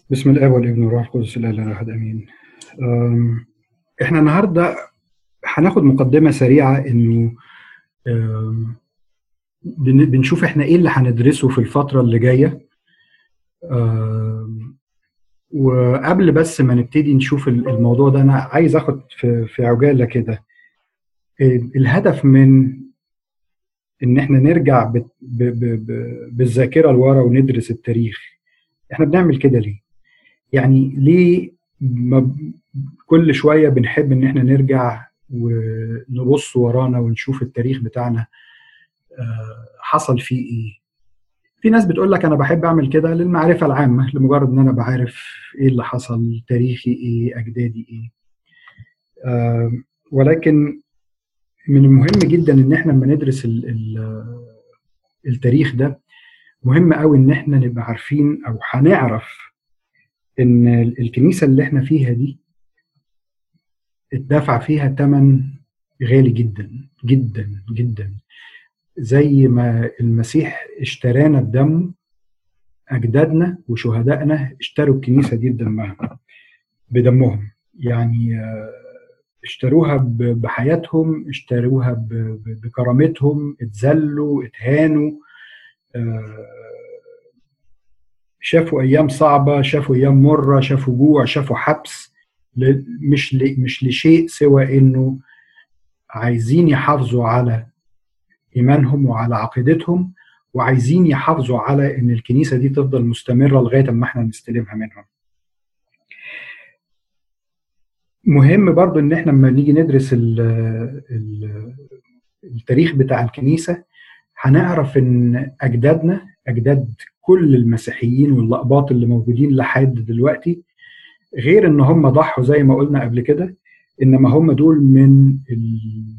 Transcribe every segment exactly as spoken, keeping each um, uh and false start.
بسم الآب والابن والروح القدس الإله الأحد آمين. أم، إحنا النهاردة هناخد مقدمة سريعة إنه أم، بن- بنشوف إحنا إيه اللي هندرسه في الفترة اللي جاية. أم، وقبل بس ما نبتدي نشوف ال- الموضوع ده، أنا عايز آخد في في عجالة كده ال- الهدف من إن إحنا نرجع ب- ب- ب- ب- بالذاكرة لورا وندرس التاريخ. إحنا بنعمل كده ليه؟ يعني ليه ما كل شوية بنحب إن إحنا نرجع ونبص ورانا ونشوف التاريخ بتاعنا، آه، حصل فيه إيه؟ في ناس بتقول لك أنا بحب أعمل كده للمعرفة العامة، لمجرد إن أنا بعرف إيه اللي حصل، تاريخي إيه، أجدادي إيه. آه، ولكن من المهم جدا إن إحنا لما ندرس ال- ال- التاريخ ده، مهم قوي إن إحنا نبقى عارفين أو هنعرف إن الكنيسة اللي إحنا فيها دي اتدفع فيها ثمن غالي جدا جدا جدا. زي ما المسيح اشترانا بدمه، أجدادنا وشهدائنا اشتروا الكنيسة دي بدمها، بدمهم. يعني آه، اشتروها ب- بحياتهم، اشتروها ب- ب- بكرامتهم، اتذلوا، اتهانوا، آه، شافوا أيام صعبة، شافوا أيام مرة، شافوا جوع، شافوا حبس، ل- مش ل- مش لشيء سوى إنه عايزين يحافظوا على إيمانهم وعلى عقيدتهم، وعايزين يحافظوا على إن الكنيسة دي تفضل مستمرة لغاية ما احنا نستلمها منهم. مهم برضو إن احنا لما نيجي ندرس ال ال التاريخ بتاع الكنيسة، هنعرف إن أجدادنا، أجداد كل المسيحيين واللقباط اللي موجودين لحد دلوقتي، غير إن هم ضحوا زي ما قلنا قبل كده، إنما هم دول من ال-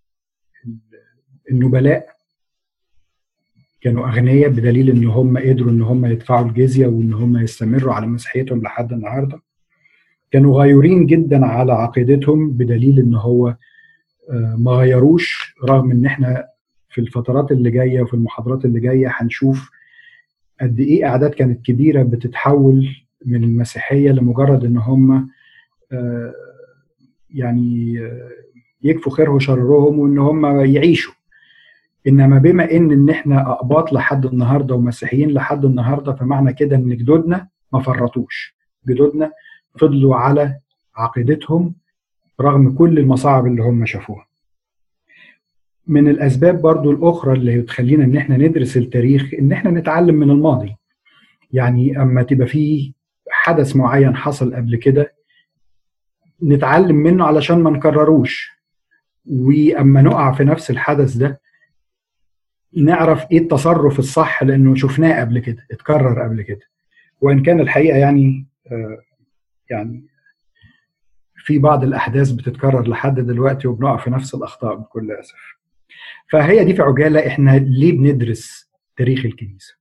النبلاء، كانوا أغنياء بدليل إن هم قدروا إن هم يدفعوا الجزية وإن هم يستمروا على مسيحيتهم لحد النهاردة. كانوا غيورين جدا على عقيدتهم بدليل إن هو آه، ما غيروش، رغم إن إحنا في الفترات اللي جاية وفي المحاضرات اللي جاية هنشوف قد إيه أعداد كانت كبيرة بتتحول من المسيحية لمجرد إن هم آه، يعني آه، يكفوا خير وشرهم وإن هم يعيشوا. انما بما ان ان احنا اقباط لحد النهارده ومسيحيين لحد النهارده، فمعنى كده ان جدودنا ما فرطوش، جدودنا فضلوا على عقيدتهم رغم كل المصاعب اللي هم شافوها. من الاسباب برضو الاخرى اللي تخلينا ان احنا ندرس التاريخ ان احنا نتعلم من الماضي. يعني اما تبقى فيه حدث معين حصل قبل كده، نتعلم منه علشان ما نكرروش، واما نقع في نفس الحدث ده نعرف ايه التصرف الصح لانه شفناه قبل كده، اتكرر قبل كده. وان كان الحقيقه يعني آه، يعني في بعض الاحداث بتتكرر لحد دلوقتي وبنقع في نفس الاخطاء بكل اسف. فهي دي في عجاله احنا ليه بندرس تاريخ الكنيسه.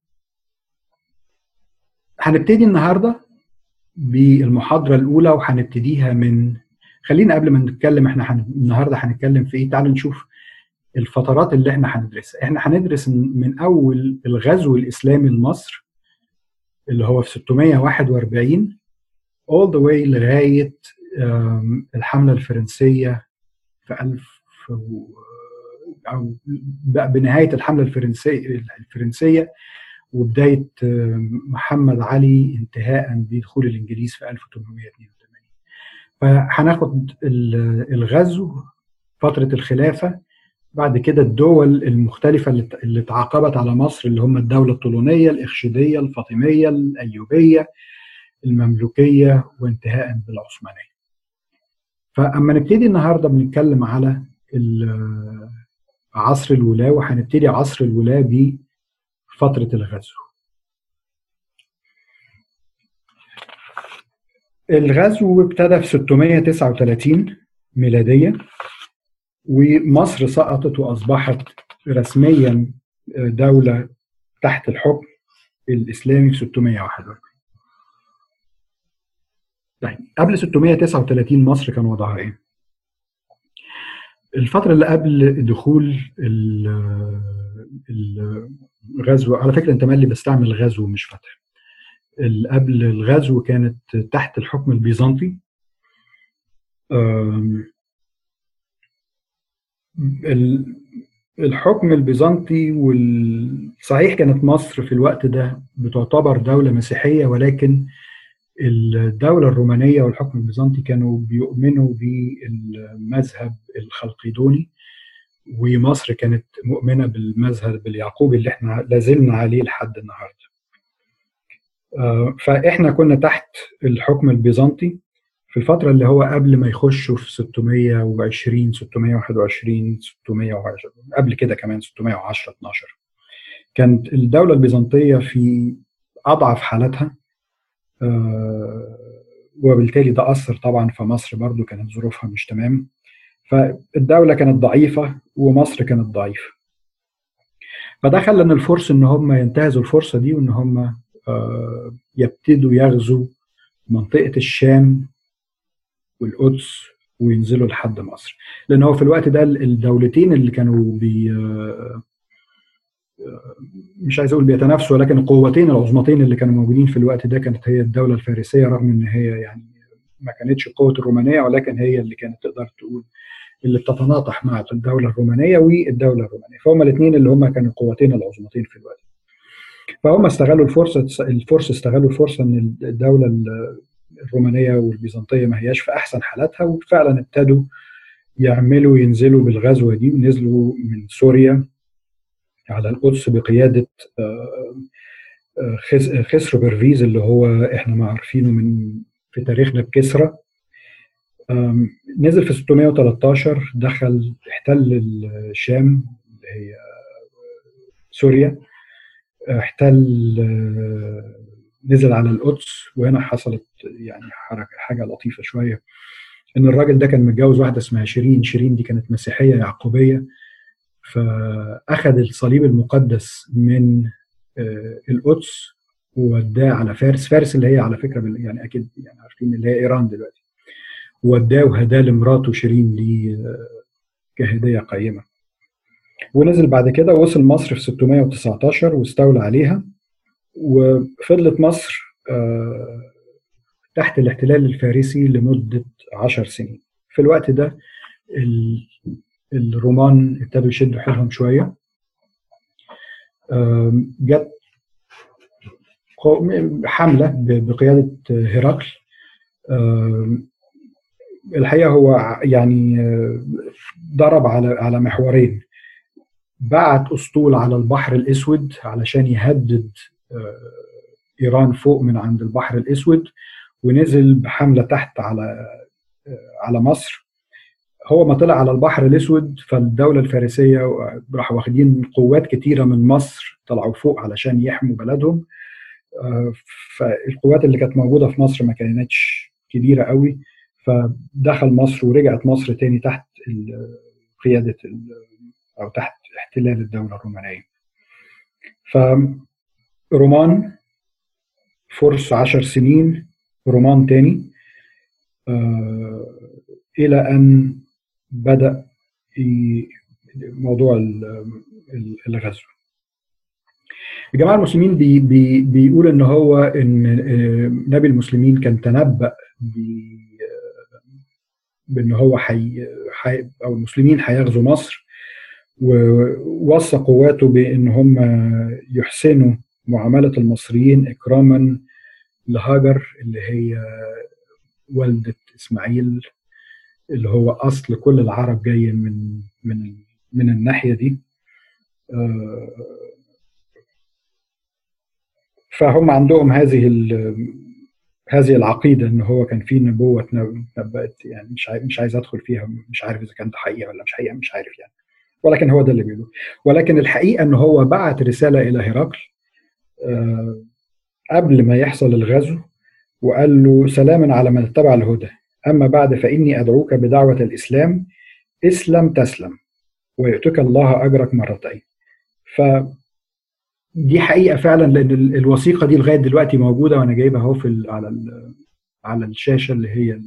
هنبتدي النهارده بالمحاضره الاولى وهنبتديها من، خلينا قبل ما نتكلم احنا هن... النهارده هنتكلم في ايه، تعالوا نشوف الفترات اللي احنا هندرسها. احنا هندرس من اول الغزو الاسلامي لمصر اللي هو في ستمائة وواحد وأربعين all the way لغاية آم، الحملة الفرنسية في ألف و- أو ب- بنهاية الحملة الفرنسية الفرنسية وبداية آم، محمد علي انتهاء بدخول الإنجليز في ألف وثمانمائة واثنين وثمانين. فهناخد ال- الغزو، فترة الخلافة، بعد كده الدول المختلفة اللي اللي تعاقبت على مصر، اللي هم الدولة الطولونية، الإخشيدية، الفاطمية، الأيوبية، المملوكية، وانتهاء بالعثمانية. فأما نبتدي النهاردة بنتكلم على ال- عصر الولاة، وهنبتدي عصر الولاة بفترة الغزو. الغزو ابتدى في ستمائة وتسعة وثلاثين ميلادية، ومصر سقطت وأصبحت رسميا دولة تحت الحكم الإسلامي في ستمائة وواحد وأربعين. طيب قبل ستمائة وتسعة وثلاثين مصر كان وضعها إيه؟ الفترة اللي قبل دخول ال- الغزو، على فكرة أنت مالي بستعمل غزو مش فتح، اللي قبل الغزو كانت تحت الحكم البيزنطي. الحكم البيزنطي والصحيح كانت مصر في الوقت ده بتعتبر دولة مسيحية، ولكن الدولة الرومانية والحكم البيزنطي كانوا بيؤمنوا بالمذهب الخلقيدوني، ومصر كانت مؤمنة بالمذهب اليعقوبي اللي احنا لازلنا عليه لحد النهاردة. فاحنا كنا تحت الحكم البيزنطي في الفترة اللي هو قبل ما يخشوا في ستمائة وعشرين ستمائة وواحد وعشرين ستمائة وعشرة، قبل كده كمان ستمائة وعشرة اتناشر. كانت الدولة البيزنطية في أضعف حالتها، وبالتالي ده أثر طبعا في مصر، برضو كانت ظروفها مش تمام، فالدولة كانت ضعيفة ومصر كانت ضعيفة. فده خلى ان الفرصة ان هم ينتهزوا الفرصة دي وان هم يبتدوا يغزوا منطقة الشام والقدس وينزلوا لحد مصر، لان هو في الوقت ده الدولتين اللي كانوا بي مش عايز اقول بيتنافسوا، ولكن القوتين العظمتين اللي كانوا موجودين في الوقت ده كانت هي الدولة الفارسية، رغم ان هي يعني ما كانتش قوة الرومانية، ولكن هي اللي كانت تقدر تقول اللي بتتناطح مع الدولة الرومانية والدولة الرومانية، فهم الاثنين اللي هم كانوا القوتين العظمتين في الوقت. فهم استغلوا الفرصة الفرصة استغلوا الفرصة ان الدولة الرومانية والبيزنطية ما هياش في احسن حالاتها، وفعلا ابتدوا يعملوا ينزلوا بالغزوة دي، ونزلوا من سوريا على القدس بقيادة خسرو برفيز اللي هو احنا ما عارفينه من في تاريخنا بكسرى. نزل في ستمائة وثلاثة عشر، دخل احتل الشام اللي هي سوريا، احتل نزل على القدس. وهنا حصلت يعني حركة حاجة لطيفة شوية، ان الراجل ده كان متجوز واحدة اسمها شيرين. شيرين دي كانت مسيحية يعقوبية، فأخذ الصليب المقدس من القدس ووداه على فارس. فارس اللي هي على فكرة يعني أكيد يعني عارفين اللي هي إيران دلوقتي، وداه وهداه لمراته شيرين دي كهدية قيمة. ونزل بعد كده ووصل مصر في ستمائة وتسعة عشر واستولى عليها، وفضلت مصر تحت الاحتلال الفارسي لمدة عشر سنين. في الوقت ده الرومان ابتدوا يشدوا حيلهم شوية. جت حملة بقيادة هرقل. الحقيقة هو يعني ضرب على على محورين. بعت أسطول على البحر الأسود علشان يهدد إيران فوق من عند البحر الأسود، ونزل بحملة تحت على على مصر. هو ما طلع على البحر الأسود، فالدولة الفارسية راحوا واخدين قوات كتيرة من مصر طلعوا فوق علشان يحموا بلدهم. فالقوات اللي كانت موجودة في مصر ما كانتش كبيرة قوي، فدخل مصر ورجعت مصر تاني تحت قيادة أو تحت احتلال الدولة الرومانية. فرومان فرس عشر سنين رومان تاني، إلى أن بدأ موضوع الغزو. الجماعة المسلمين بي بي بيقول ان هو ان نبي المسلمين كان تنبأ بان هو حي, حي او المسلمين هيغزوا مصر، ووصى قواته بان هم يحسنوا معاملة المصريين اكراما لهاجر اللي هي والدة اسماعيل، اللي هو اصل كل العرب جاي من من من الناحية دي. فهم عندهم هذه هذه العقيده ان هو كان في نبوه تنبأت، يعني مش عايز مش عايز ادخل فيها، مش عارف اذا كانت حقيقه ولا مش حقيقه، مش عارف يعني، ولكن هو ده اللي بيقوله. ولكن الحقيقه ان هو بعت رساله الى هرقل قبل ما يحصل الغزو، وقال له: سلاما على من اتبع الهدى، اما بعد فاني ادعوك بدعوه الاسلام، اسلم تسلم ويؤتك الله اجرك مرتين. ف دي حقيقة فعلا، لأن الوثيقة دي لغاية دلوقتي موجودة، وأنا جايبها أهو في على على الشاشة اللي هي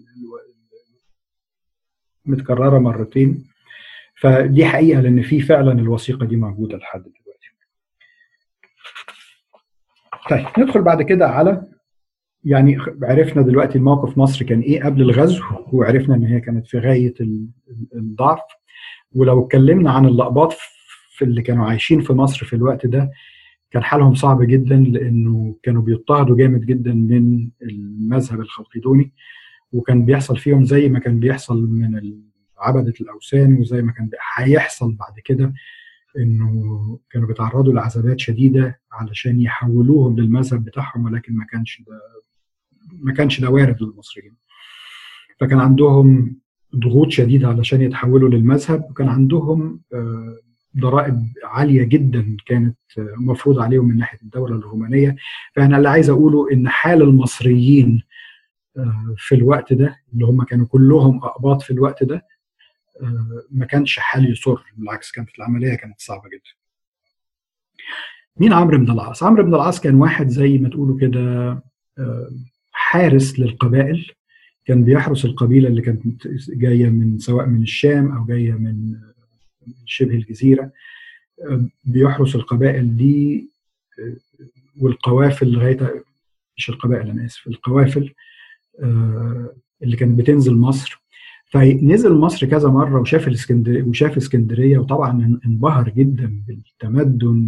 متكررة مرتين. فدي حقيقة، لأن في فعلا الوثيقة دي موجودة لحد دلوقتي. طيب ندخل بعد كده على، يعني عرفنا دلوقتي الموقف مصر كان ايه قبل الغزو، وعرفنا ان هي كانت في غايه الضعف. ولو اتكلمنا عن اللقباط في اللي كانوا عايشين في مصر في الوقت ده، كان حالهم صعب جدا، لانه كانوا بيضطهدوا جامد جدا من المذهب الخلقيدوني، وكان بيحصل فيهم زي ما كان بيحصل من عبدة الأوثان، وزي ما كان هيحصل بعد كده انه كانوا بيتعرضوا لعذابات شديده علشان يحولوهم للمذهب بتاعهم، ولكن ما كانش ده ما كانش ده وارد للمصريين. فكان عندهم ضغوط شديده علشان يتحولوا للمذهب، وكان عندهم ضرائب عاليه جدا كانت مفروض عليهم من ناحيه الدوله الرومانيه. فانا اللي عايز اقوله ان حال المصريين في الوقت ده، اللي هم كانوا كلهم اقباط في الوقت ده، ما كانش حال يسر، بالعكس كانت العمليه كانت صعبه جدا. مين عمرو بن العاص؟ عمرو بن العاص كان واحد زي ما تقولوا كده حارس للقبائل، كان بيحرس القبيله اللي كانت جايه من سواء من الشام او جايه من شبه الجزيره، بيحرس القبائل دي والقوافل لغايه، مش القبائل انا اسف، القوافل اللي كانت بتنزل مصر. فنزل مصر كذا مره وشاف الاسكندريه وشاف اسكندريه، وطبعا انبهر جدا بالتمدن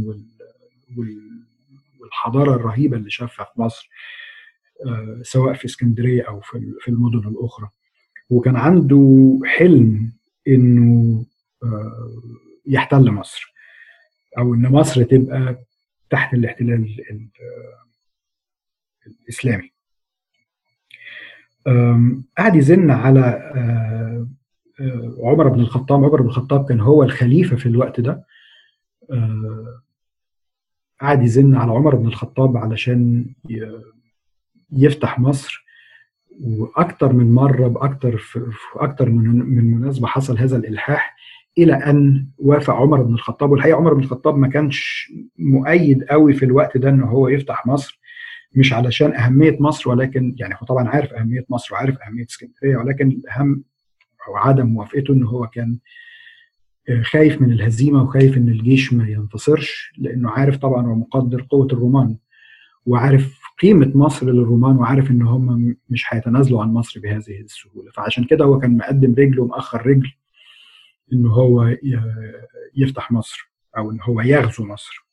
والحضاره الرهيبه اللي شافها في مصر، سواء في اسكندريه او في المدن الاخرى. وكان عنده حلم انه يحتل مصر، او ان مصر تبقى تحت الاحتلال الاسلامي. قعد يزن على عمر بن الخطاب. عمر بن الخطاب كان هو الخليفه في الوقت ده. قعد يزن على عمر بن الخطاب علشان يفتح مصر، واكثر من مره باكثر في اكثر من من مناسبه حصل هذا الالحاح، الى ان وافق عمر بن الخطاب. والحقيقه عمر بن الخطاب ما كانش مؤيد قوي في الوقت ده ان هو يفتح مصر، مش علشان اهميه مصر، ولكن يعني هو طبعا عارف اهميه مصر وعارف اهميه اسكندريه، ولكن الاهم او عدم موافقته ان هو كان خايف من الهزيمه وخايف ان الجيش ما ينتصرش، لانه عارف طبعا ومقدر قوه الرومان، وعارف قيمه مصر للرومان، وعارف ان هم مش هيتنازلوا عن مصر بهذه السهوله. فعشان كده هو كان مقدم رجل ومأخر رجل ان هو يفتح مصر او ان هو يغزو مصر.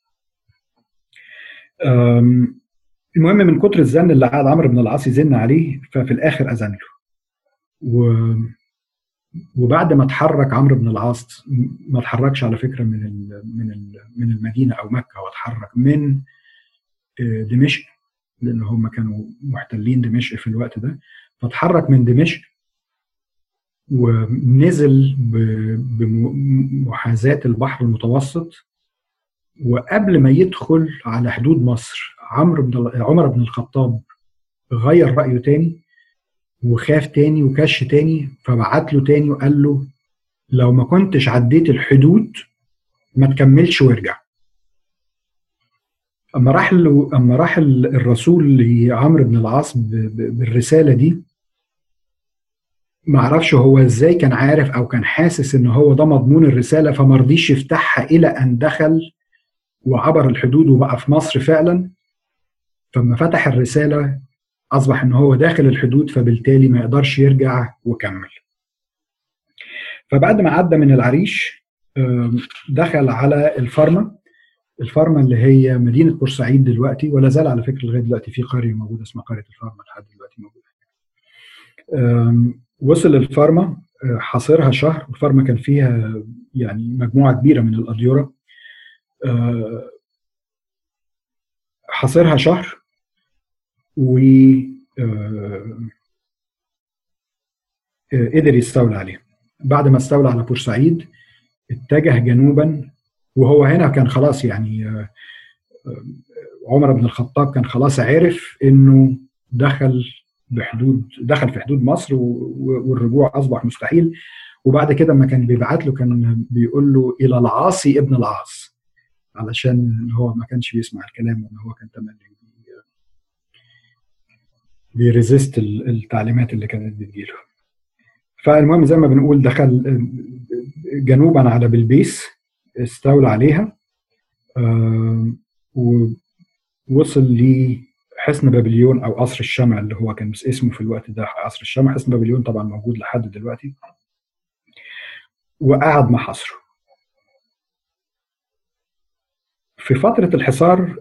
المهم من كتر الزن اللي قعد عمرو بن العاص يزن عليه، ففي الاخر اذن له. و وبعد ما اتحرك عمرو بن العاص، ما اتحركش على فكره من ال من ال من المدينه او مكه، هو اتحرك من دمشق، لان هم كانوا محتلين دمشق في الوقت ده. فاتحرك من دمشق ونزل بمحاذاه البحر المتوسط، وقبل ما يدخل على حدود مصر عمرو بن عمر بن الخطاب غير رايه تاني وخاف تاني وكش تاني، فبعت له تاني وقال له لو ما كنتش عديت الحدود ما تكملش وارجع. اما راح له اما راح الرسول لعمرو بن العاص بالرساله دي، ما اعرفش هو ازاي كان عارف او كان حاسس ان هو ده مضمون الرساله، فما رضيش يفتحها الى ان دخل وعبر الحدود وبقى في مصر فعلا. فلما فتح الرساله اصبح ان هو داخل الحدود، فبالتالي ما يقدرش يرجع وكمل. فبعد ما عدى من العريش دخل على الفرمه. الفرمه اللي هي مدينه بورسعيد دلوقتي، ولا زال على فكره لغايه دلوقتي في قريه موجوده اسمها قريه الفرمه لحد دلوقتي موجوده. وصل الفرمه حاصرها شهر. الفرمه كان فيها يعني مجموعه كبيره من الاديره، حاصرها شهر و قدر يستولى عليها. بعد ما استولى على بورسعيد اتجه جنوبا، وهو هنا كان خلاص يعني عمر بن الخطاب كان خلاص عرف انه دخل بحدود دخل في حدود مصر والرجوع اصبح مستحيل. وبعد كده ما كان بيبعت له كان بيقول له الى العاصي ابن العاص، علشان هو ما كانش بيسمع الكلام، وان هو كان تملي بيريزيست التعليمات اللي كانت بتجيله. فالمهم زي ما بنقول دخل جنوبا على بلبيس، استولى عليها، وصل لحصن بابليون او قصر الشمع اللي هو كان بس اسمه في الوقت ده قصر الشمع. حصن بابليون طبعا موجود لحد دلوقتي، وقعد محاصره. في فترة الحصار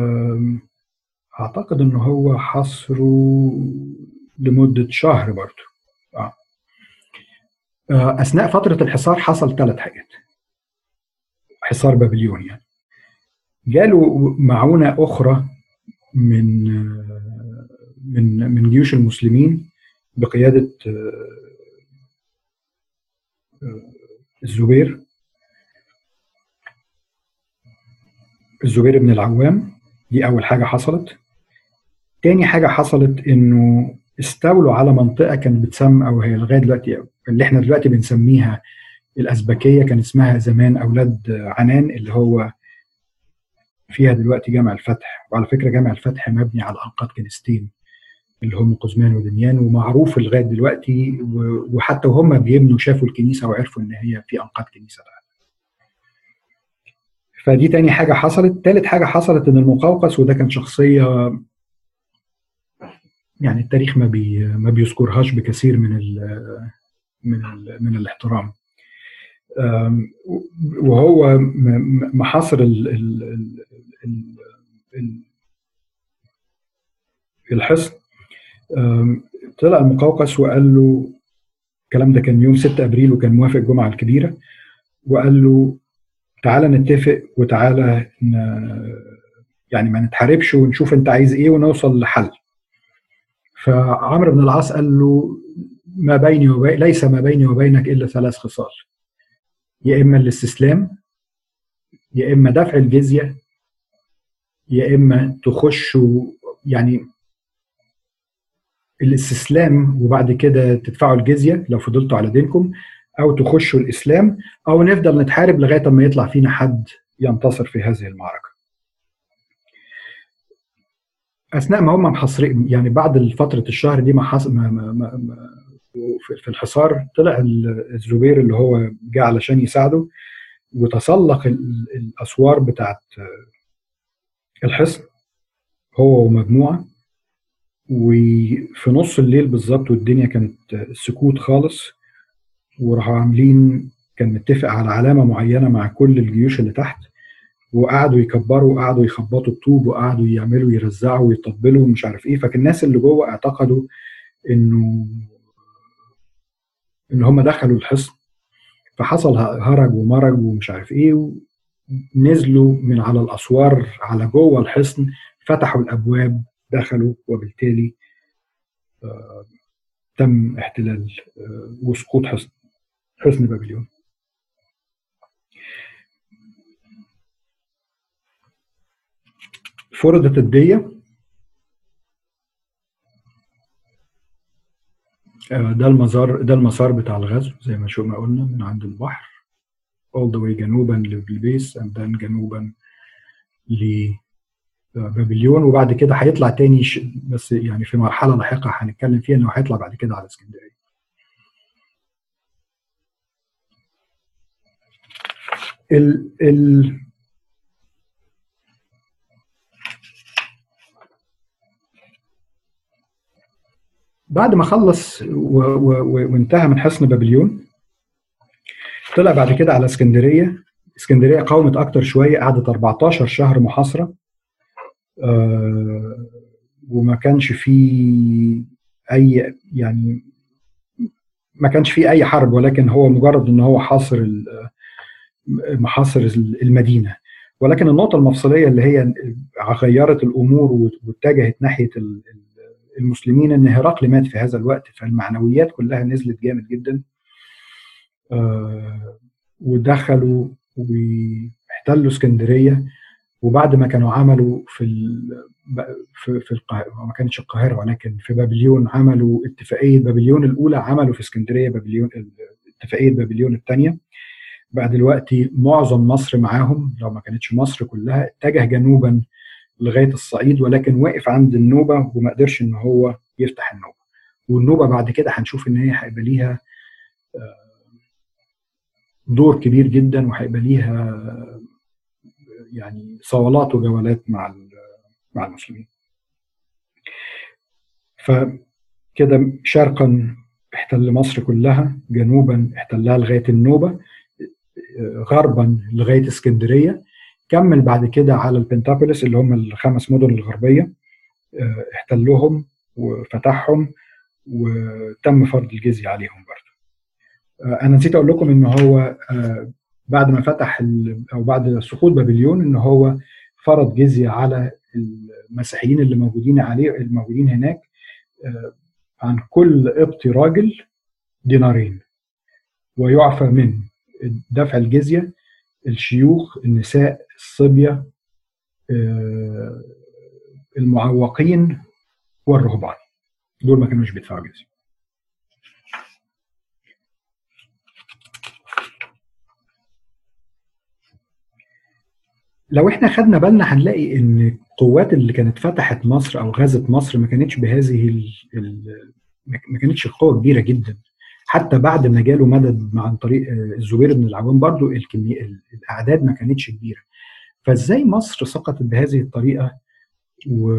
اعتقد ان هو حصره لمدة شهر برضه. آه. آه، اثناء فترة الحصار حصل ثلاث حاجات. حصار بابليون يعني جاله معونة اخرى من آه، من من جيوش المسلمين بقيادة آه، آه، الزبير الزبير بن العوام. دي اول حاجة حصلت. تاني حاجة حصلت انه استولوا على منطقة كانت بتسمى، او هي لغاية دلوقتي اللي احنا دلوقتي بنسميها الأزبكية، كان اسمها زمان أولاد عنان، اللي هو فيها دلوقتي جامع الفتح. وعلى فكرة جامع الفتح مبني على أنقاض كنيستين اللي هم قزمان ودميان، ومعروف لغاية دلوقتي، وحتى وهم بيبنوا شافوا الكنيسة وعرفوا إن هي في أنقاض كنيسة ده. فدي تاني حاجة حصلت. تالت حاجة حصلت إن المقوقس، وده كان شخصية يعني التاريخ ما بي ما بيذكرهاش بكثير من ال من ال من الاحترام، وهو محاصر ال- ال- ال- ال- ال- الحصن. طلع المقوقس وقال له، الكلام ده كان يوم ستة ابريل وكان موافق الجمعه الكبيره، وقال له تعالى نتفق، وتعالى يعني ما نتحاربش، ونشوف انت عايز ايه ونوصل لحل. فعمرو بن العاص قال له ما بيني وبين ليس ما بيني وبينك الا ثلاث خصال: يا اما الاستسلام، يا اما دفع الجزيه، يا اما تخشوا يعني الاستسلام وبعد كده تدفعوا الجزيه لو فضلتوا على دينكم، او تخشوا الاسلام، او نفضل نتحارب لغايه ما يطلع فينا حد ينتصر في هذه المعركه. اثناء ما هم محاصرين يعني بعد فتره الشهر دي ما حص... ما ما ما ما في الحصار، طلع الزبير اللي هو جه علشان يساعده، وتسلق الاسوار بتاعت الحصن هو ومجموعه. وفي نص الليل بالظبط والدنيا كانت سكوت خالص، وراحوا عاملين، كان متفق على علامة معينة مع كل الجيوش اللي تحت، وقعدوا يكبروا وقعدوا يخبطوا الطوب وقعدوا يعملوا يرزعوا ويطبلوا ومش عارف ايه. فكان الناس اللي جوه اعتقدوا انه ان هم دخلوا الحصن. فحصل هرج ومرج ومش عارف ايه، نزلوا من على الاسوار على جوه الحصن، فتحوا الابواب، دخلوا، وبالتالي آه تم احتلال آه وسقوط حصن حصن بابليون. فرضت الدية. ده المزار ده المسار بتاع الغزو زي ما شو ما قلنا، من عند البحر all the way جنوبا لبلبيس and then جنوبا لبابليون، وبعد كده هيطلع تاني ش... بس يعني في مرحلة لاحقة هنتكلم فيها انه هيطلع بعد كده على اسكندرية. ال... ال... بعد ما خلص و... و... وانتهى من حصن بابليون، طلع بعد كده على اسكندرية. اسكندرية قاومت أكتر شوية، قعدت أربعتاشر شهر محاصرة، آه وما كانش فيه أي يعني ما كانش فيه أي حرب، ولكن هو مجرد إن هو حاصر محاصر المدينة. ولكن النقطة المفصلية اللي هي غيرت الأمور واتجهت ناحية المسلمين إن هرقل مات في هذا الوقت، فالمعنويات كلها نزلت جامد جدا. آه ودخلوا واحتلوا اسكندرية. وبعد ما كانوا عملوا في في في القاهرة، ما كانتش القاهرة ولكن في بابليون، عملوا اتفاقية بابليون الأولى، عملوا في اسكندرية بابليون اتفاقية بابليون الثانية. بقى دلوقتي معظم مصر معاهم، لو ما كانتش مصر كلها، اتجه جنوبا لغاية الصعيد، ولكن وقف عند النوبة وما قدرش ان هو يفتح النوبة. والنوبة بعد كده هنشوف ان هي هيبقى ليها دور كبير جدا، وهيبقى ليها يعني صولات وجولات مع مع المسلمين. فكده شرقا احتل مصر كلها، جنوبا احتلها لغايه النوبه، غربا لغايه اسكندريه، كمل بعد كده على البنتابوليس اللي هم الخمس مدن الغربيه، احتلوهم وفتحهم وتم فرض الجزيه عليهم برضه. انا نسيت اقول لكم ان هو بعد ما فتح او بعد سقوط بابليون ان هو فرض جزيه على المسيحيين اللي موجودين عليه الموجودين هناك، عن كل قبطي راجل دينارين، ويعفى من دفع الجزيه الشيوخ، النساء، الصبيه، المعوقين والرهبان. دول ما كانوش بيدفعوا جزيه. لو احنا خدنا بالنا هنلاقي ان القوات اللي كانت فتحت مصر او غزت مصر ما كانتش بهذه ال ال ما كانتش قوه كبيره جدا. حتى بعد ما جاله مدد عن طريق الزبير بن العوام برضو الكمية الاعداد ما كانتش كبيره. فازاي مصر سقطت بهذه الطريقه؟ و...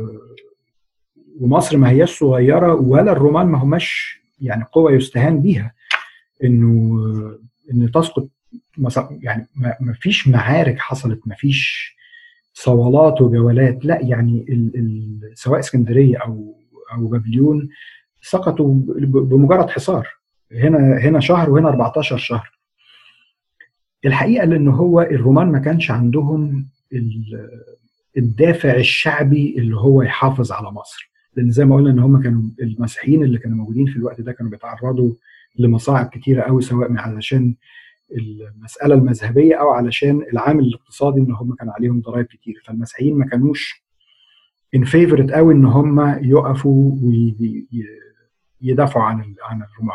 ومصر ما هياش صغيره، ولا الرومان ما هماش يعني قوه يستهان بيها انه ان تسقط. يعني ما فيش معارك حصلت، ما فيش صولات وجولات، لا يعني ال ال سواء اسكندريه او او بابليون سقطوا بمجرد حصار، هنا هنا شهر وهنا أربعتاشر شهر. الحقيقه لان هو الرومان ما كانش عندهم الدافع الشعبي اللي هو يحافظ على مصر، لان زي ما قلنا ان هم كانوا المسيحيين اللي كانوا موجودين في الوقت ده كانوا بيتعرضوا لمصاعب كتيره قوي، سواء علشان المساله المذهبيه او علشان العامل الاقتصادي ان هم كان عليهم ضرائب كتير. فالمسيحيين ما كانوش ان فيفورت قوي ان هم يقفوا ويدافعوا عن عن الرومان.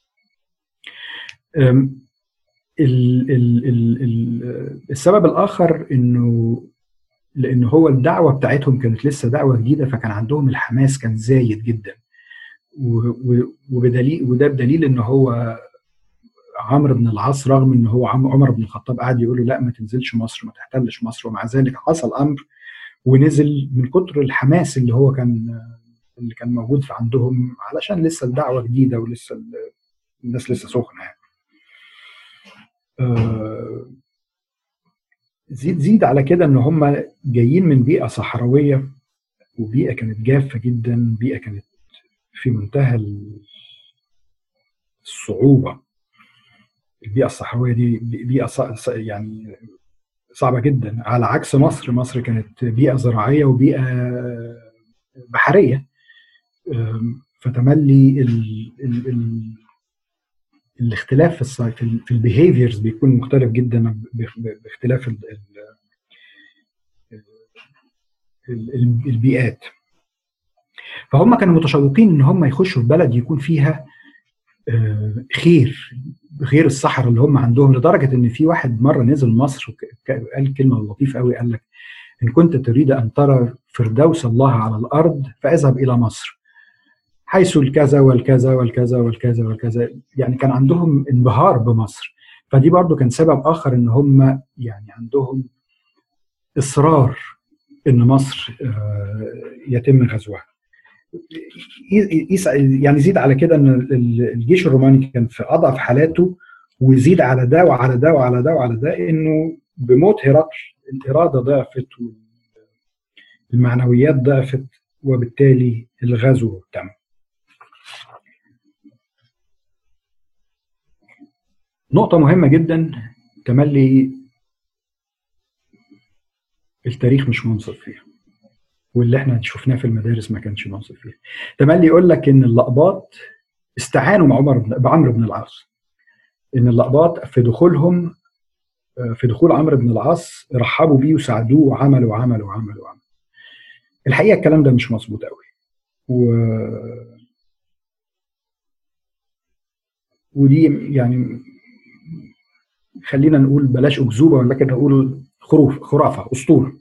ال ال ال ال السبب الاخر انه لان هو الدعوه بتاعتهم كانت لسه دعوه جديده، فكان عندهم الحماس كان زايد جدا، وبدليل وده بدليل ان هو عمرو بن العاص رغم ان هو عمر بن الخطاب قاعد يقول له لا ما تنزلش مصر ما تحتلش مصر، ومع ذلك حصل امر ونزل من كتر الحماس اللي هو كان اللي كان موجود في عندهم، علشان لسه الدعوه جديده ولسه الناس لسه سخنه يعني. آه زيد زيد على كده ان هم جايين من بيئه صحراويه، وبيئه كانت جافه جدا، بيئه كانت في منتهى الصعوبه. البيئه الصحراويه دي بيئه يعني صعبه جدا، على عكس مصر. مصر كانت بيئه زراعيه وبيئه بحريه، فتملي ال ال ال الاختلاف في في البيهيفيرز بيكون مختلف جدا باختلاف ال ال البيئات. فهم كانوا متشوقين ان هم يخشوا في بلد يكون فيها خير غير الصحراء اللي هم عندهم، لدرجه ان في واحد مره نزل مصر وقال كلمه لطيفه قوي، قال لك ان كنت تريد ان ترى فردوس الله على الارض فاذهب الى مصر حيث الكذا والكذا والكذا والكذا والكذا. يعني كان عندهم انبهار بمصر. فدي برضو كان سبب اخر ان هم يعني عندهم اصرار ان مصر يتم غزوها. يعني زيد على كده ان الجيش الروماني كان في اضعف حالاته، ويزيد على ده وعلى ده وعلى ده وعلى ده انه بموت هرقل الاراده ضعفت والمعنويات ضعفت، وبالتالي الغزو تم. نقطة مهمة جدا تملي التاريخ مش منصف فيها، واللي احنا شفناه في المدارس ما كانش منصف فيها. تملي يقول لك ان اللقباط استعانوا مع عمر بعمرو بن العاص، ان اللقباط في دخولهم في دخول عمرو بن العاص رحبوا بيه وساعدوه وعملوا وعملوا وعملوا وعملوا. الحقيقة الكلام ده مش مظبوط قوي، و... ودي يعني خلينا نقول بلاش أكذوبة، ولكن نقول خروف خرافة أسطورة.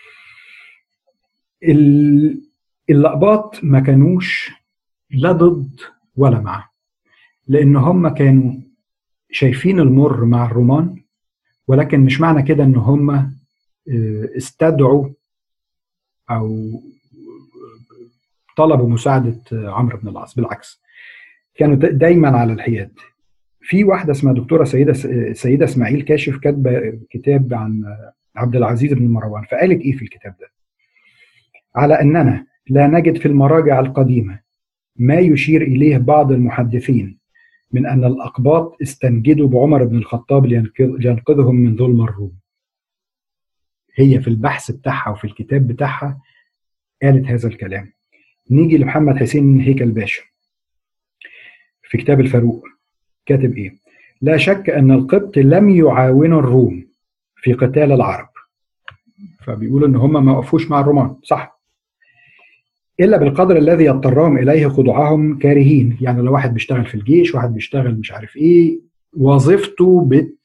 اللقباط ما كانوش لا ضد ولا مع، لأن هم كانوا شايفين المر مع الرومان، ولكن مش معنى كده ان هم استدعوا او طلبوا مساعده عمرو بن العاص، بالعكس كانوا دايما على الحياد. في واحده اسمها دكتوره سيده سيده اسماعيل كاشف كاتبه كتاب عن عبد العزيز بن مروان، فقالت ايه في الكتاب ده؟ على اننا لا نجد في المراجع القديمه ما يشير اليه بعض المحدثين من ان الاقباط استنجدوا بعمر بن الخطاب لينقذهم من ظلم الروم. هي في البحث بتاعها وفي الكتاب بتاعها قالت هذا الكلام. نيجي لمحمد حسين هيكل باشا في كتاب الفاروق، كاتب ايه؟ لا شك ان القبط لم يعاونوا الروم في قتال العرب، فبيقولوا ان هم ما وقفوش مع الرومان، صح، الا بالقدر الذي يضطرهم اليه خضوعهم كارهين. يعني لو واحد بيشتغل في الجيش، واحد بيشتغل مش عارف ايه، وظيفته بت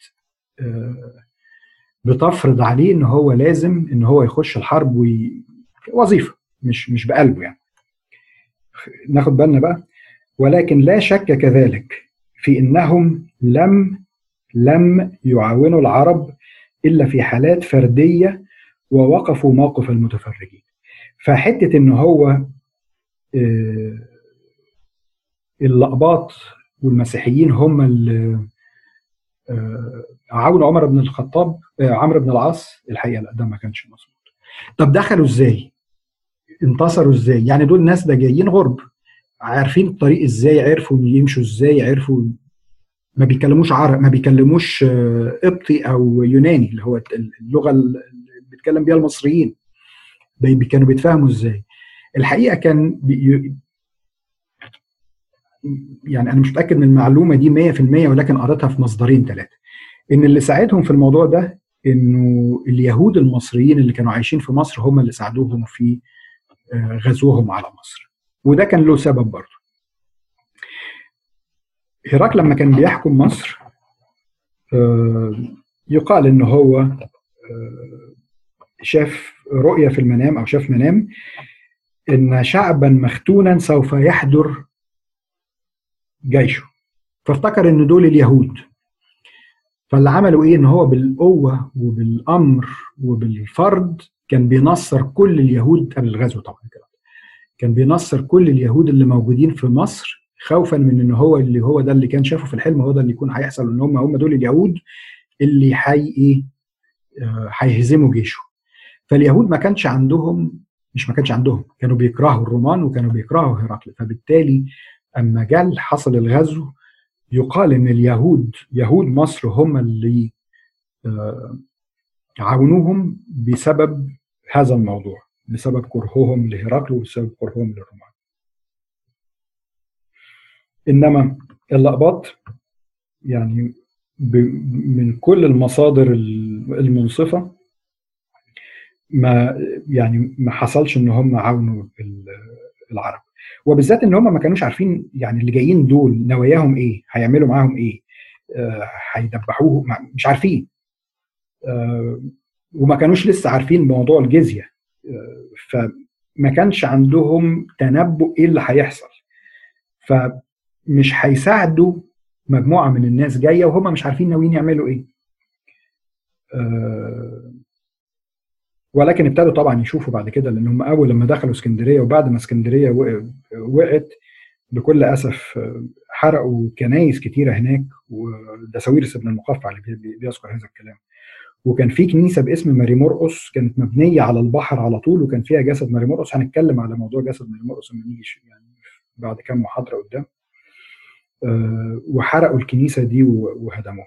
بتفرض عليه ان هو لازم ان هو يخش الحرب، وي... وظيفه مش مش بقلبه يعني. ناخد بالنا بقى. ولكن لا شك كذلك في انهم لم لم يعاونوا العرب الا في حالات فرديه ووقفوا موقف المتفرجين. فحته ان هو الأقباط والمسيحيين هم اللي عاونوا عمر بن الخطاب عمرو بن العاص، الحقيقه لا، ده ما كانش مظبوط. طب دخلوا ازاي؟ انتصروا ازاي؟ يعني دول ناس ده جايين غرب، عارفين الطريق ازاي، عرفوا يمشوا ازاي، عرفوا ما بيكلموش عرب، ما بيكلموش قبطي او يوناني اللي هو اللغه اللي بيتكلم بيها المصريين، كانوا بيتفاهموا ازاي؟ الحقيقه كان بي... يعني انا مش متاكد من المعلومه دي مية في المية، ولكن قريتها في مصدرين ثلاثه، ان اللي ساعدهم في الموضوع ده انه اليهود المصريين اللي كانوا عايشين في مصر هم اللي ساعدوهم في غزوهم على مصر، وده كان له سبب برضه. هرقل لما كان بيحكم مصر يقال ان هو شاف رؤية في المنام او شاف منام ان شعبا مختونا سوف يحضر جيشه، فافتكر ان دول اليهود. فاللي عملوا ايه؟ ان هو بالقوه وبالامر وبالفرض كان بينصر كل اليهود قبل الغزو طبعا كده، كان بينصر كل اليهود اللي موجودين في مصر، خوفا من ان هو اللي هو ده اللي كان شافه في الحلم هو ده اللي يكون هيحصل، ان هم هم دول اليهود اللي حي ايه هيهزموا جيشه. فاليهود ما كانش عندهم مش ما كانش عندهم كانوا بيكرهوا الرومان وكانوا بيكرهوا هرقل، فبالتالي اما جال حصل الغزو يقال ان اليهود يهود مصر هم اللي عاونوهم بسبب هذا الموضوع، بسبب كرههم لهرقل وبسبب كرههم للرومان. انما الأقباط يعني من كل المصادر المنصفه ما يعني ما حصلش ان هم عاونوا العرب، وبالذات ان هم ما كانوش عارفين يعني اللي جايين دول نواياهم ايه، هيعملوا معاهم ايه، هيدبحوه، آه مش عارفين، آه وما كانوش لسه عارفين موضوع الجزيه، آه فما كانش عندهم تنبؤ ايه اللي هيحصل، فمش هيساعدوا مجموعه من الناس جايه وهم مش عارفين ناويين يعملوا ايه. آه ولكن ابتدوا طبعا يشوفوا بعد كده، لان هم اول لما دخلوا اسكندريه وبعد ما اسكندريه وقعت بكل اسف حرقوا كنايس كتيره هناك، وده ساويرس بن المقفع اللي بيذكر هذا الكلام. وكان في كنيسه باسم ماري مرقس كانت مبنيه على البحر على طول، وكان فيها جسد ماري مرقس. هنتكلم على موضوع جسد ماري مرقس لما نيجي يعني بعد كام محاضره قدام. أه وحرقوا الكنيسه دي وهدموها.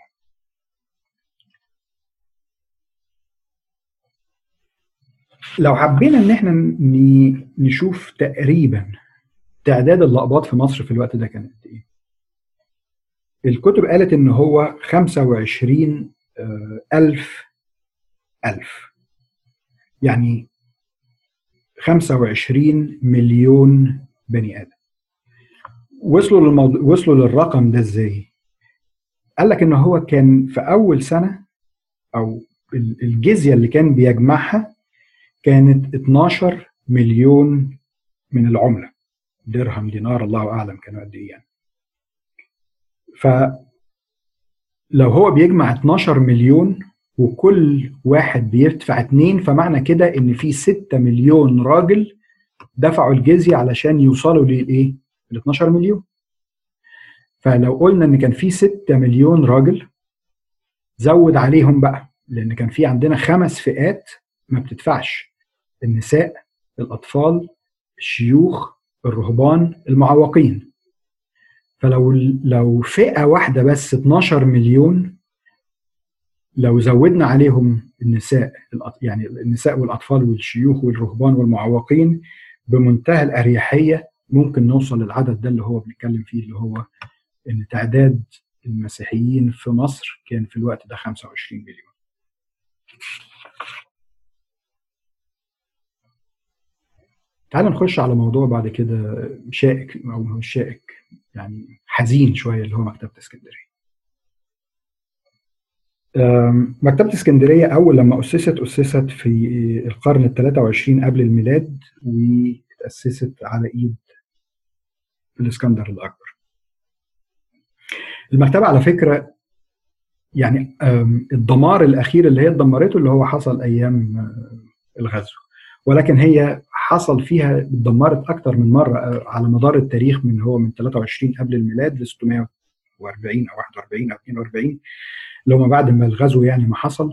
لو حبينا ان احنا نشوف تقريبا تعداد الأقباط في مصر في الوقت ده كانت ايه، الكتب قالت ان هو خمسة وعشرين ألف ألف، يعني خمسة وعشرين مليون بني آدم. وصلوا للموضوع وصلوا للرقم ده ازاي؟ قال لك ان هو كان في اول سنه او الجزيه اللي كان بيجمعها كانت اتناشر مليون من العمله، درهم دينار الله اعلم كانوا قد ايه يعني. فلو هو بيجمع اتناشر مليون وكل واحد بيدفع اتنين، فمعنى كده ان في ستة مليون راجل دفعوا الجزية علشان يوصلوا للايه؟ ل اتناشر مليون. فلو قلنا ان كان في ستة مليون راجل، زود عليهم بقى، لان كان في عندنا خمس فئات ما بتدفعش: النساء، الاطفال، الشيوخ، الرهبان، المعوقين. فلو لو فئة واحدة بس اتناشر مليون، لو زودنا عليهم النساء، يعني النساء والأطفال والشيوخ والرهبان والمعوقين، بمنتهى الأريحية ممكن نوصل للعدد ده اللي هو بنتكلم فيه، اللي هو إن تعداد المسيحيين في مصر كان في الوقت ده خمسة وعشرين مليون. تعال نخش على موضوع بعد كده شائك، أو مش شائك، يعني حزين شوية، اللي هو مكتبة اسكندرية. مكتبة اسكندرية أول لما أسست أسست في القرن الثالث والعشرين قبل الميلاد، وتأسست على إيد الإسكندر الأكبر. المكتبة على فكرة يعني الدمار الأخير اللي هي اتدمرته اللي هو حصل أيام الغزو، ولكن هي حصل فيها اتدمرت أكتر من مرة على مدار التاريخ، من هو من ثلاثة وعشرين قبل الميلاد ل ستمائة وأربعين أو واحد وأربعين أو اثنين وأربعين، اللي هم بعد ما الغزو يعني ما حصل،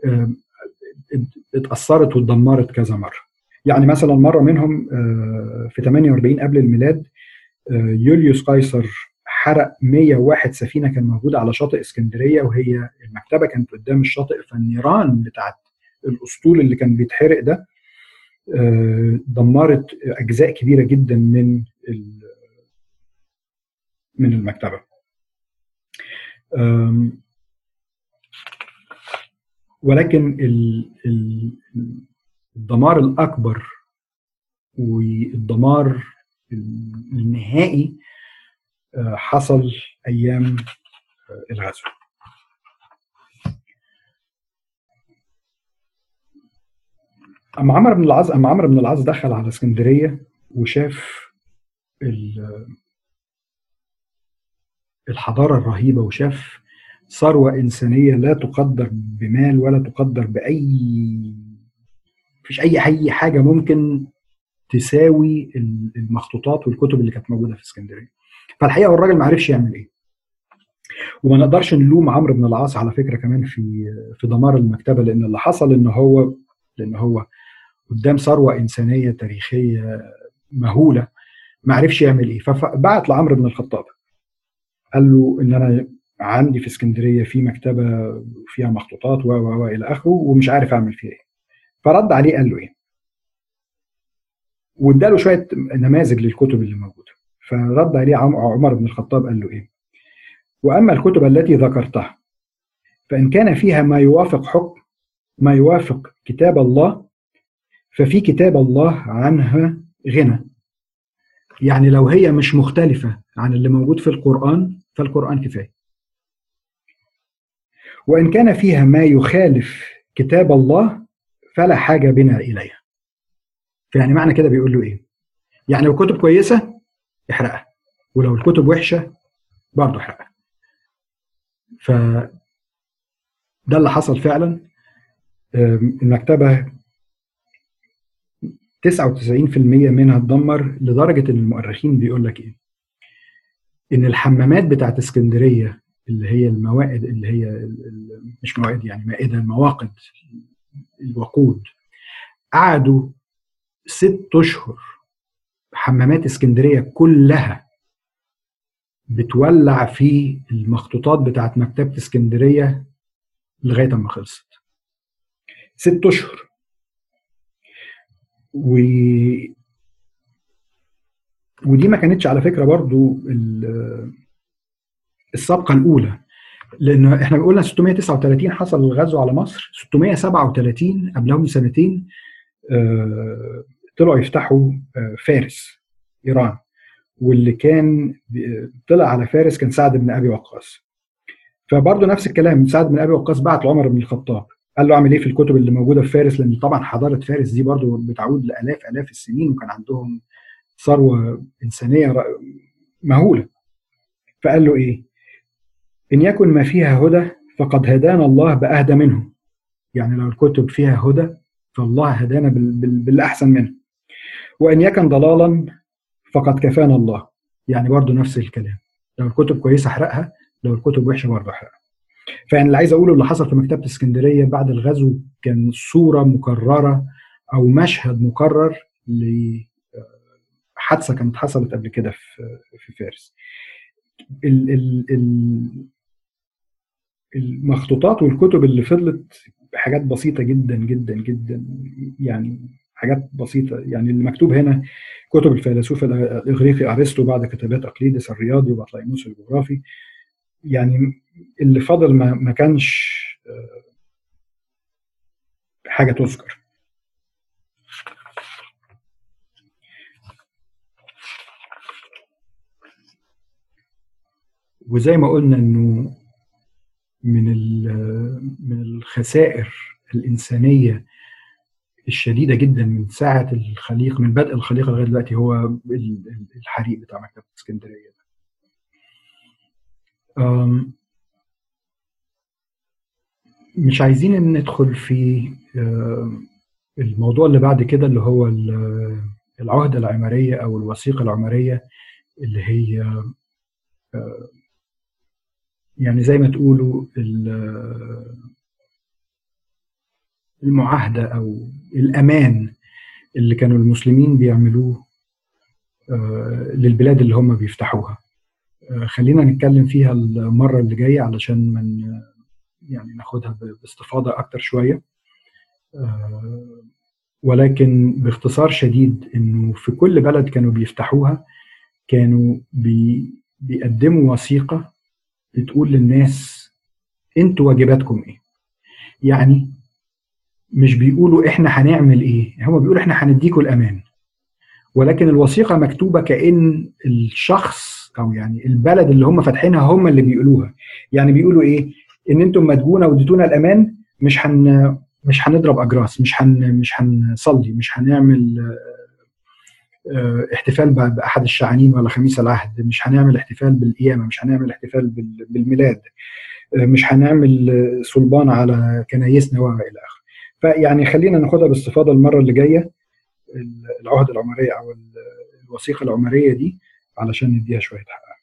اتأثرت واتدمرت كذا مرة. يعني مثلا مرة منهم في ثمانية وأربعين قبل الميلاد، يوليوس قيصر حرق مية وواحد سفينة كان موجودة على شاطئ اسكندرية، وهي المكتبة كانت قدام الشاطئ، فالنيران بتاعت الأسطول اللي كان بيتحرق ده دمرت أجزاء كبيرة جدا من من المكتبة. ولكن الدمار الأكبر والدمار النهائي حصل أيام الغزو. أما عمرو بن العاص أما عمرو بن العاص دخل على اسكندرية وشاف الحضارة الرهيبة، وشاف ثروة إنسانية لا تقدر بمال ولا تقدر بأي، مفيش أي أي حاجة ممكن تساوي المخطوطات والكتب اللي كانت موجودة في اسكندرية. فالحقيقة الراجل ما عرفش يعمل إيه، وما نقدرش نلوم عمرو بن العاص على فكرة كمان في في دمار المكتبة، لأن اللي حصل إن هو لأن هو قدام ثروة إنسانية تاريخية مهولة، ما عرفش يعمل إيه. فبعت لعمرو بن الخطاب قال له إن أنا عندي في اسكندرية في مكتبة فيها مخطوطات و و إلى آخره، ومش عارف أعمل فيها إيه. فرد عليه قال له إيه، واداله شوية نماذج للكتب اللي موجودة. فرد عليه عمر بن الخطاب قال له إيه: وأما الكتب التي ذكرتها فإن كان فيها ما يوافق حكم ما يوافق كتاب الله، ففي كتاب الله عنها غنى. يعني لو هي مش مختلفة عن اللي موجود في القرآن فالقرآن كفاية. وإن كان فيها ما يخالف كتاب الله فلا حاجة بنا إليها. يعني معنى كده بيقول له إيه؟ يعني لو الكتب كويسة احرقها، ولو الكتب وحشة برضه احرقها. فده اللي حصل فعلا. المكتبة تسعة وتسعين بالمئة منها اتدمر، لدرجة إن المؤرخين بيقول لك إيه؟ إن الحمامات بتاعت اسكندرية اللي هي الموائد، اللي هي مش موائد يعني مائدة، المواقد، الوقود، قعدوا ست أشهر حمامات اسكندرية كلها بتولع في المخطوطات بتاعت مكتبة اسكندرية لغاية ما خلصت. ست أشهر. و... ودي ما كانتش على فكرة برضو السابقة الأولى، لأن احنا قلنا ستمائة وتسعة وثلاثين حصل الغزو على مصر، ستمائة وسبعة وثلاثين قبلهم سنتين آه طلعوا يفتحوا آه فارس، إيران، واللي كان طلع على فارس كان سعد بن أبي وقاص. فبرضه نفس الكلام، سعد بن أبي وقاص بعت لعمر بن الخطاب قال له اعمل ايه في الكتب اللي موجوده في فارس، لان طبعا حضاره فارس دي برضه بتعود لالاف الاف السنين، وكان عندهم ثروه انسانيه مهوله. فقال له ايه: ان يكن ما فيها هدى فقد هدانا الله باهدى منه، يعني لو الكتب فيها هدى فالله هدانا بال- بال- بالأحسن منها، وإن يكن ضلالا فقد كفانا الله. يعني برضو نفس الكلام، لو الكتب كويسة احرقها، لو الكتب وحشة برضو احرقها. فيعني اللي عايز أقوله، اللي حصل في مكتبة اسكندرية بعد الغزو كان صورة مكررة أو مشهد مكرر لحادثة كانت حصلت قبل كده في في فارس. ال- ال- ال- المخطوطات والكتب اللي فضلت حاجات بسيطة جدا جدا جدا، يعني حاجات بسيطة. يعني اللي مكتوب هنا كتب الفيلسوف الإغريقي أرسطو بعد كتابات أقليدس الرياضي وبطليموس الجغرافي. يعني اللي فضل ما, ما كانش حاجة تذكر. وزي ما قلنا إنه من ال- من الخسائر الإنسانية الشديدة جدا من ساعة الخليقة، من بدء الخليقة لغاية دلوقتي، هو ال- الحريق بتاع مكتبة اسكندرية. أم، مش عايزين ندخل في أم، الموضوع اللي بعد كده، اللي هو ال- العهدة العمرية أو الوثيقة العمرية، اللي هي أه، يعني زي ما تقولوا ال- المعاهدة أو الأمان اللي كانوا المسلمين بيعملوه أه، للبلاد اللي هم بيفتحوها. أه، خلينا نتكلم فيها المرة اللي جاية علشان من يعني ناخدها ب- باستفاضة أكتر شوية. آه، ولكن باختصار شديد إنه في كل بلد كانوا بيفتحوها كانوا بي بيقدموا وثيقة بتقول للناس انتوا واجباتكم ايه. يعني مش بيقولوا احنا هنعمل ايه، هم بيقولوا احنا هنديكوا الامان، ولكن الوثيقة مكتوبة كأن الشخص او يعني البلد اللي هم فاتحينها هم اللي بيقولوها. يعني بيقولوا ايه؟ ان انتم مدجونا واديتونا الامان، مش هن مش هنضرب اجراس، مش هن مش هنصلي، مش هنعمل آه، احتفال ب- باحد الشعانين ولا خميس العهد، مش هنعمل احتفال بالقيامه، مش هنعمل احتفال بال- بالميلاد، آه، مش هنعمل آه، صلبان على كنايسنا والى اخره. فيعني خلينا ناخدها باستفاضه المره اللي جايه، العهد العمريه او ال- الوثيقه العمريه دي، علشان نديها شويه حق.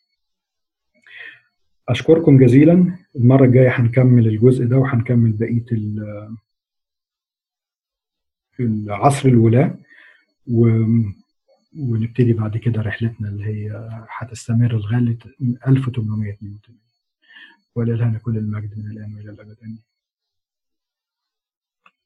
اشكركم جزيلا. المره الجايه هنكمل الجزء ده وهنكمل بقيه ال- العصر الولاة، و ونبتدي بعد كده رحلتنا اللي هي هتستمر لغاية ألف وثمانمائة واثنين وثمانين. ولله كل المجد من الآن وإلى الأبد آمين.